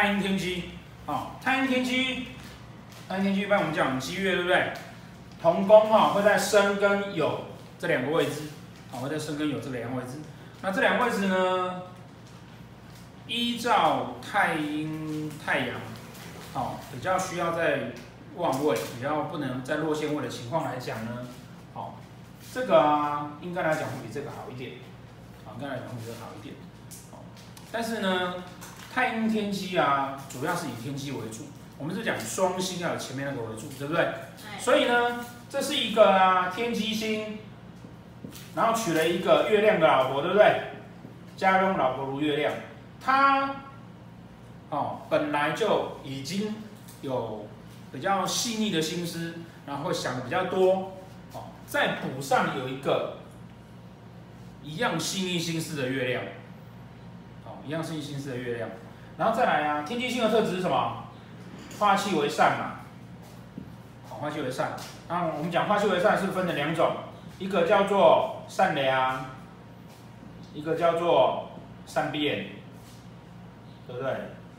太阴天机，太阴天机，一般我们讲机月，对不对？同宫会在申跟酉这两个位置，会在申跟酉这两个位置。那这两个位置呢，依照太阴、太阳，比较需要在旺位，比较不能在落陷位的情况来讲呢，这个应该来讲会比这个好一点，应该来讲会比这个好一点。但是呢，太阴天机主要是以天机为主。我们是讲双星要有前面那个为主，对不对？所以呢，这是一个天机星，然后娶了一个月亮的老婆，对不对？家中老婆如月亮，他本来就已经有比较细腻的心思，然后会想的比较多，再补上有一个一样细腻心思的月亮，一样细腻心思的月亮，然后再来天机星的特质是什么？化气为善嘛，化气为善。那我们讲化气为善是分成两种，一个叫做善良，一个叫做善变，对不对？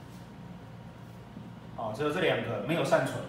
只有这两个，没有善存。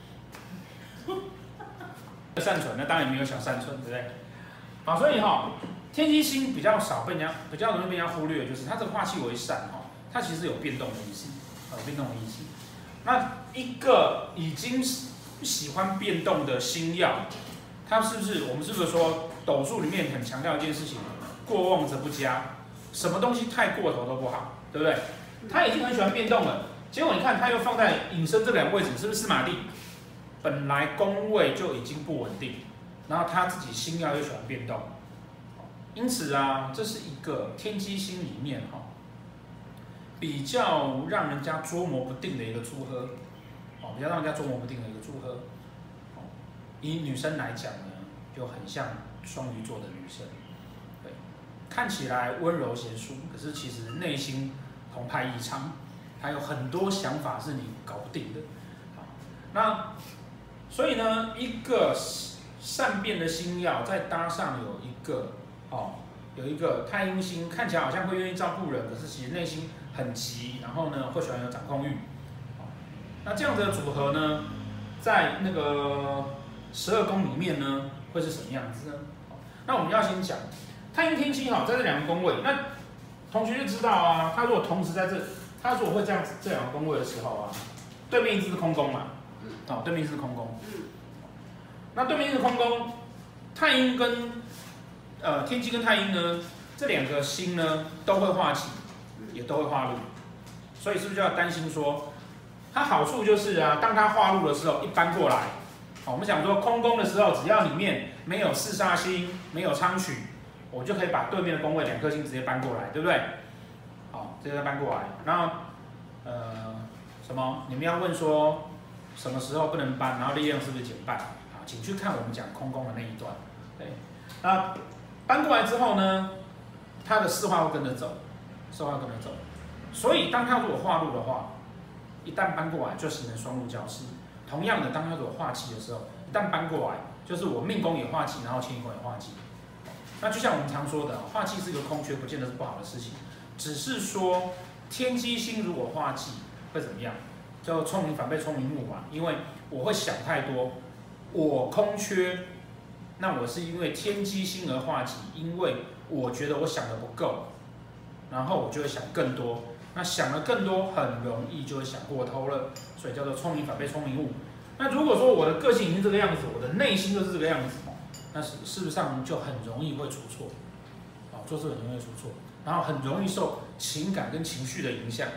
善存，那当然没有小善存，对不对？所以天机星比较容易被人家忽略，就是它这个化气为善，它其实有变动的意思，有变动的意思。那一个已经喜欢变动的星曜，它我们是不是说斗数里面很强调一件事情，过旺则不佳，什么东西太过头都不好，对不对？他已经很喜欢变动了，结果你看他又放在引申这两个位置，是不是司马地？本来宫位就已经不稳定，然后他自己星曜又喜欢变动，因此这是一个天机星里面比较让人家捉摸不定的一个组合，比较让人家捉摸不定的一个组合。以女生来讲呢，就很像双鱼座的女生，对，看起来温柔贤淑，可是其实内心澎湃异常，还有很多想法是你搞不定的。那所以呢，一个善变的星曜，再搭上有一个太阴星，看起来好像会愿意照顾人，可是其实内心很急，然后呢会喜欢有掌控欲。那这样子的组合呢，在那个12宫里面呢，会是什么样子呢？那我们要先讲太阴天机在这两个宫位，那同学就知道他如果同时在他如果会这样子这两个宫位的时候对面一直是空宫嘛，对面一直是空宫。那对面一直是空宫，太阴跟天机跟太阴呢，这两个星呢都会化气，也都会化禄，所以是不是就要担心说，它好处就是当它化禄的时候一搬过来，我们讲说空宫的时候，只要里面没有四煞星，没有昌曲，我就可以把对面的宫位两颗星直接搬过来，对不对？直接搬过来。然后什么？你们要问说什么时候不能搬，然后力量是不是减半？请去看我们讲空宫的那一段。对，那搬过来之后呢，它的四化会跟着走，所以当它如果化禄的话，一旦搬过来就形成双禄交织。同样的，当它如果化气的时候，一旦搬过来，就是我命宫也化气，然后迁移宫也化气。那就像我们常说的，化气是一个空缺，不见得是不好的事情，只是说天机星如果化气会怎么样？叫聪明反被聪明误嘛，因为我会想太多，我空缺，那我是因为天机星而化气，因为我觉得我想的不够，然后我就会想更多，那想的更多很容易就会想过头了，所以叫做聪明反被聪明误。那如果说我的个性已经这个样子，我的内心就是这个样子，那事实上就很容易会出错，做事很容易出错，然后很容易受情感跟情绪的影响，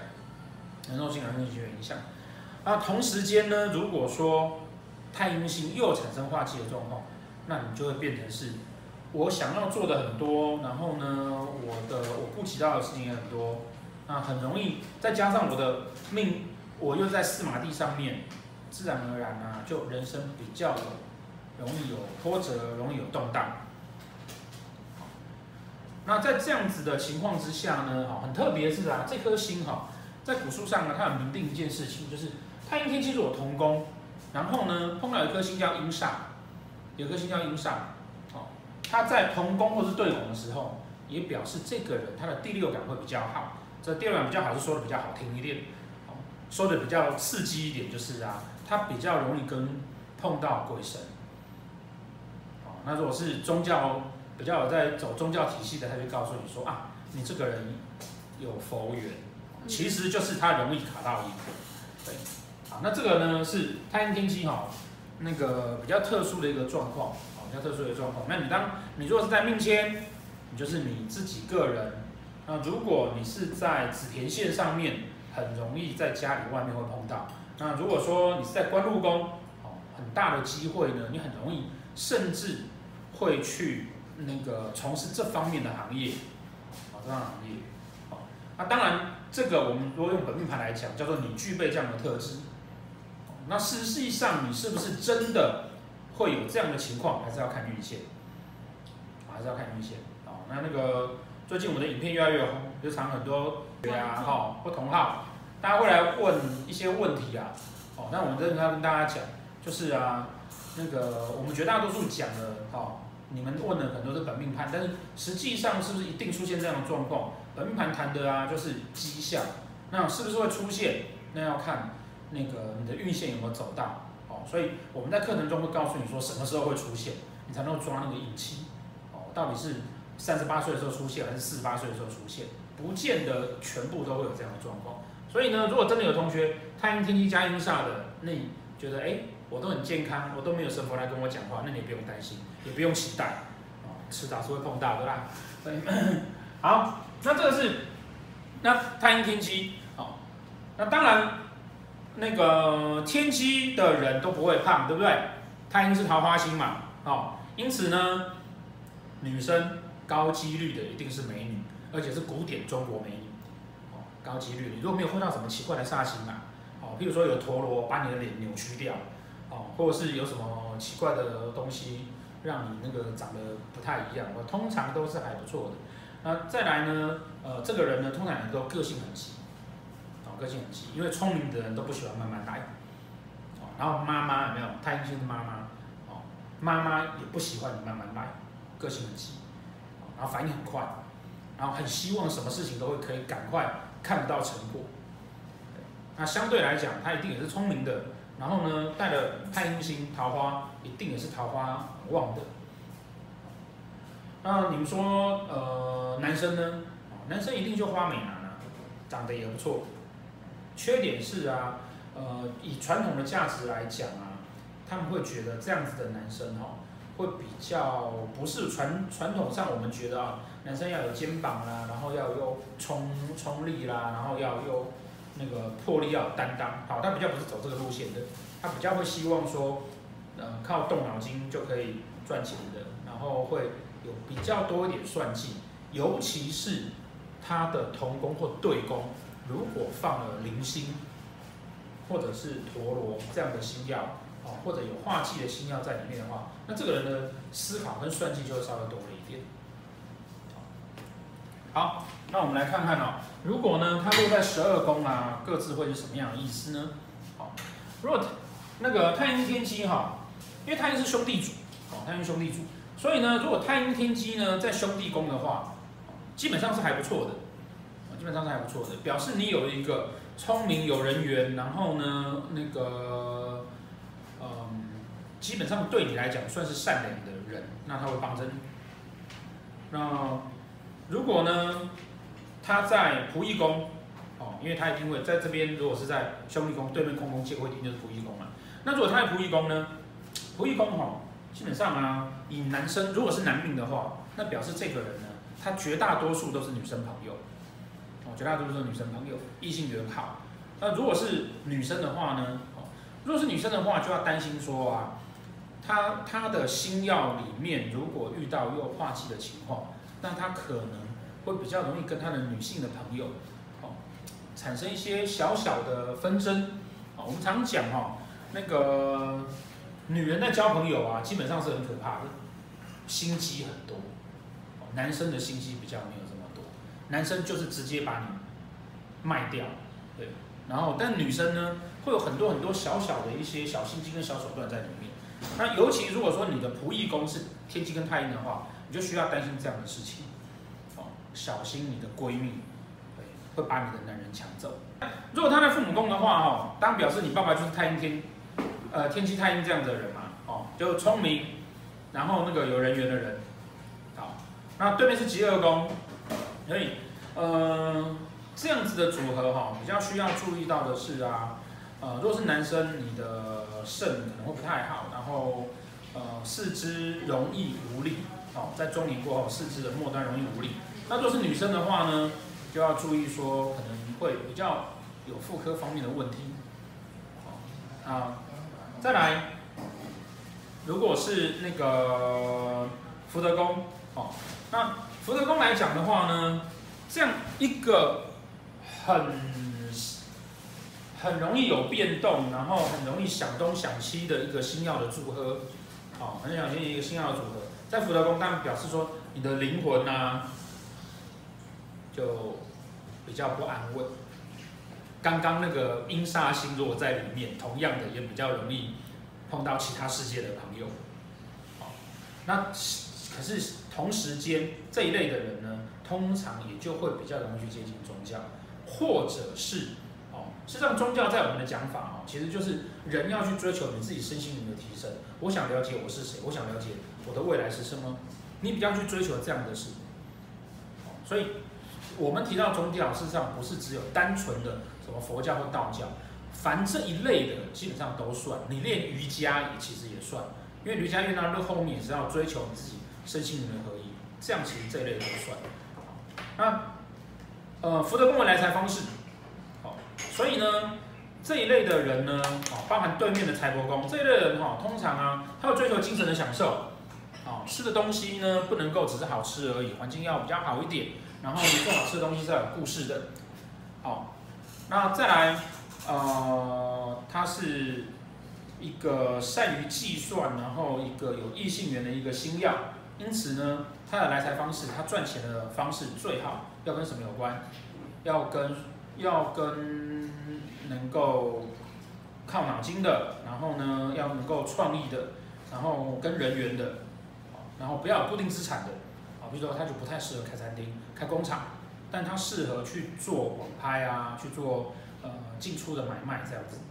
同时间呢，如果说太阴星又产生化气的状况，那你就会变成是，我想要做的很多，然后呢，我顾及到的事情也很多，那很容易，再加上我的命，我又在四马地上面，自然而然就人生比较容易有波折，容易有动荡。那在这样子的情况之下呢，很特别的是这颗星在古书上它很明定一件事情，就是太阴天机如果同宫，然后呢碰到有一颗星叫阴煞，他在同宫或是对宫的时候，也表示这个人他的第六感会比较好。这第六感比较好是说的比较好听一点。 说的比较刺激一点，就是啊，他比较容易碰到鬼神。哦，那如果是宗教比较有在走宗教体系的，他就告诉你说啊，你这个人有佛缘，其实就是他容易卡到阴。对，好，那这个呢是太阴天机哈，那个比较特殊的一个状况，比较特殊的状况。那你如果是在命签，你就是你自己个人。那如果你是在子田线上面，很容易在家里外面会碰到。那如果说你是在官禄宫，很大的机会呢，你很容易甚至会去那个从事这方面的行业，这样的行业。那当然，这个我们如果用本命盘来讲，叫做你具备这样的特质。那实际上你是不是真的会有这样的情况，还是要看运线，还是要看运线。那个最近我们的影片越来越红，就常很多学啊或同好，大家会来问一些问题啊。那我们真的要跟大家讲，就是啊，那个我们绝大多数讲的，你们问的很多是本命盘，但是实际上是不是一定出现这样的状况？本命盘谈的啊，就是迹象，那是不是会出现？那要看那个你的运线有没有走到。所以我们在课程中会告诉你说什么时候会出现，你才能够抓那个印期。到底是38岁的时候出现，还是48岁的时候出现？不见得全部都会有这样的状况。所以呢，如果真的有同学太阴天机加阴煞的，那你觉得我都很健康，我都没有神佛来跟我讲话，那你也不用担心，也不用期待，迟早是会碰到的啦。好，那这个是太阴天机，那当然那个天机的人都不会胖，对不对？太阴是桃花星嘛，因此呢，女生高几率的一定是美女，而且是古典中国美女，高几率。你如果没有碰到什么奇怪的煞星啊，譬如说有陀螺把你的脸扭曲掉，或者是有什么奇怪的东西让你那个长得不太一样，通常都是还不错的。那再来呢，这个人呢，通常也都个性很急，个性很急，因为聪明的人都不喜欢慢慢来，然后妈妈有没有？太阴星的妈妈，妈妈也不喜欢你慢慢来，个性很急，然后反应很快，然后很希望什么事情都可以赶快看得到成果。那相对来讲，他一定也是聪明的，然后呢，带了太阴星桃花，一定也是桃花很旺的。那你们说，男生呢？男生一定就花美男啊，长得也不错。缺点是啊，以传统的价值来讲啊，他们会觉得这样子的男生会比较不是传统上我们觉得啊，男生要有肩膀啦，然后要有冲力啦，然后要有那个魄力，要有担当。他比较不是走这个路线的，他比较会希望说，靠动脑筋就可以赚钱的，然后会有比较多一点算计，尤其是他的同宫或对宫，如果放了铃星或者是陀螺这样的星曜，或者有化忌的星曜在里面的话，那这个人的思考跟算计就会稍微多了一点。好，那我们来看看如果呢他落在12宫啊，各自会是什么样的意思呢？如果那个太阴天机因为太阴是兄弟主，太阴兄弟主，所以呢，如果太阴天机呢在兄弟宫的话，基本上是还不错的，基本上是还不错的，表示你有一个聪明有人缘，然后呢那个基本上对你来讲算是善良的人，那他会帮着你。那如果呢他在仆役宫，因为他一定会在这边，如果是在兄弟宫对面空宫借会一定就是仆役宫嘛。那如果他在仆役宫呢，仆役宫基本上啊，以男生如果是男命的话，那表示这个人呢，他绝大多数都是女生朋友，绝大多数都是女生朋友，异性缘好。那如果是女生的话呢，如果是女生的话，就要担心说啊，她的星曜里面如果遇到又化忌的情况，那她可能会比较容易跟她的女性的朋友，产生一些小小的纷争。我们常讲那个女人在交朋友啊，基本上是很可怕的，心机很多。男生的心机比较没有这么多，男生就是直接把你卖掉，对。然后，但女生呢，会有很多小小的一些小心机跟小手段在里面。那尤其如果说你的仆役宫是天机跟太阴的话，你就需要担心这样的事情，小心你的闺蜜，对， 会把你的男人抢走。如果他在父母宫的话，哦，当然表示你爸爸就是太阴天机太阴这样的人嘛，哦，就聪明，然后那个有人缘的人。好，那对面是疾厄宫，所以这样子的组合哈，比较需要注意到的是啊，如果是男生，你的肾可能会不太好，然后四肢容易无力，哦，在中年过后，四肢的末端容易无力。那如果是女生的话呢，就要注意说可能会比较有妇科方面的问题。再来，如果是那个福德宫，哦，那福德宫来讲的话呢，这样一个很容易有变动，然后很容易想东想西的一个星曜的组合，哦，很想一个星曜的组合，在福德宫当然表示说你的灵魂啊，就比较不安稳。刚刚那个阴煞星如果在里面，同样的也比较容易碰到其他世界的朋友。好，那可是同时间这一类的人呢，通常也就会比较容易去接近宗教，或者是事实上宗教在我们的讲法其实就是人要去追求你自己身心灵的提升。我想了解我是谁，我想了解我的未来是什么，你比较去追求这样的事。所以我们提到宗教，事实上不是只有单纯的什么佛教或道教，凡这一类的基本上都算。你练瑜伽其实也算，因为瑜伽练到那后面也是要追求你自己身心灵的合一，这样其实这一类都算。那福德宫的来财方式，所以呢这一类的人呢，包含对面的财帛宫这一类的人通常啊，他会追求精神的享受，吃的东西呢不能够只是好吃而已，环境要比较好一点。然后你做好吃的东西是要有故事的，好，那再来，他是一个善于计算，然后一个有异性缘的一个星曜，因此呢，他的来财方式，他赚钱的方式最好要跟什么有关？要跟能够靠脑筋的，然后呢要能够创意的，然后跟人缘的，然后不要有固定资产的。比如说，他就不太适合开餐厅、开工厂，但他适合去做网拍啊，去做进出的买卖这样子。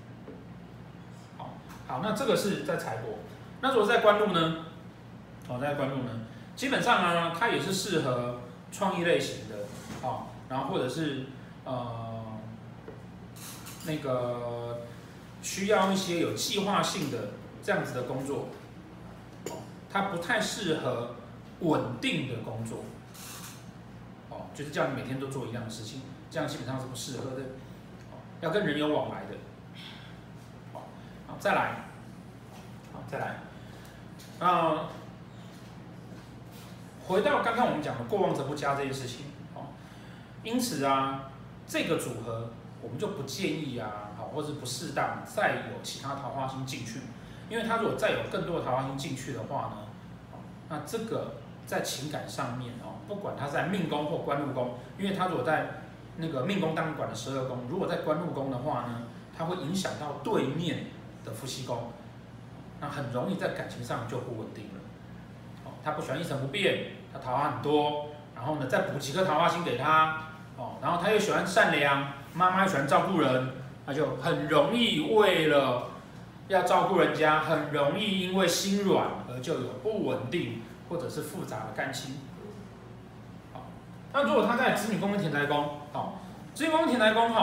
好，那这个是在财帛。那如果在官禄呢？在官禄呢，基本上呢，它也是适合创意类型的，然后或者是那个需要一些有计划性的这样子的工作，它不太适合稳定的工作，就是叫你每天都做一样的事情，这样基本上是不适合的，要跟人有往来的，好，再来，回到刚刚我们讲的过旺则不佳这件事情，因此啊，这个组合我们就不建议啊，或者不适当再有其他桃花星进去，因为它如果再有更多的桃花星进去的话呢，那这个在情感上面不管他在命宫或官禄宫，因为他如果在那个命宫当然管的12宫，如果在官禄宫的话呢，它会影响到对面的夫妻宫，那很容易在感情上就不稳定了。他不喜欢一成不变，他桃花很多，然后呢再补几颗桃花星给他，然后他又喜欢善良，妈妈又喜欢照顾人，那就很容易为了要照顾人家，很容易因为心软而就有不稳定或者是复杂的感情。那如果他在子女宫跟田宅宫，子女宫跟田宅宫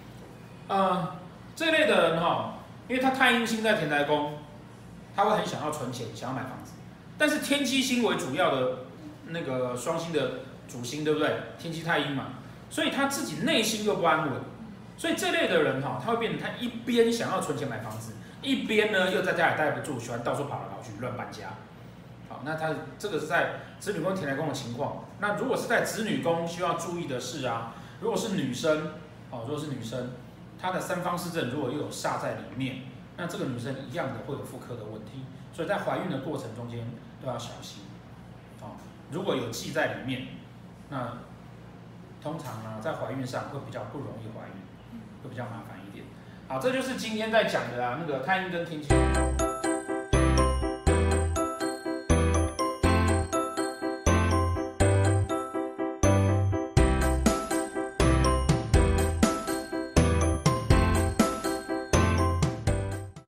这一类的人因为他太阴星在田宅宫，他会很想要存钱，想要买房子，但是天机星为主要的那个双星的主星，对不对？天机太阴嘛，所以他自己内心又不安稳，所以这类的人他会变成他一边想要存钱买房子，一边呢又在家里待不住，喜欢到处跑来跑去，乱搬家。那他这个是在子女宫田宅宫的情况。那如果是在子女宫，需要注意的是啊，如果是女生，她的三方四正如果又有煞在里面，那这个女生一样的会有妇科的问题，所以在怀孕的过程中间都要小心。如果有忌在里面，那通常呢在怀孕上会比较不容易怀孕，会比较麻烦一点。好，这就是今天在讲的那个太阴跟天机。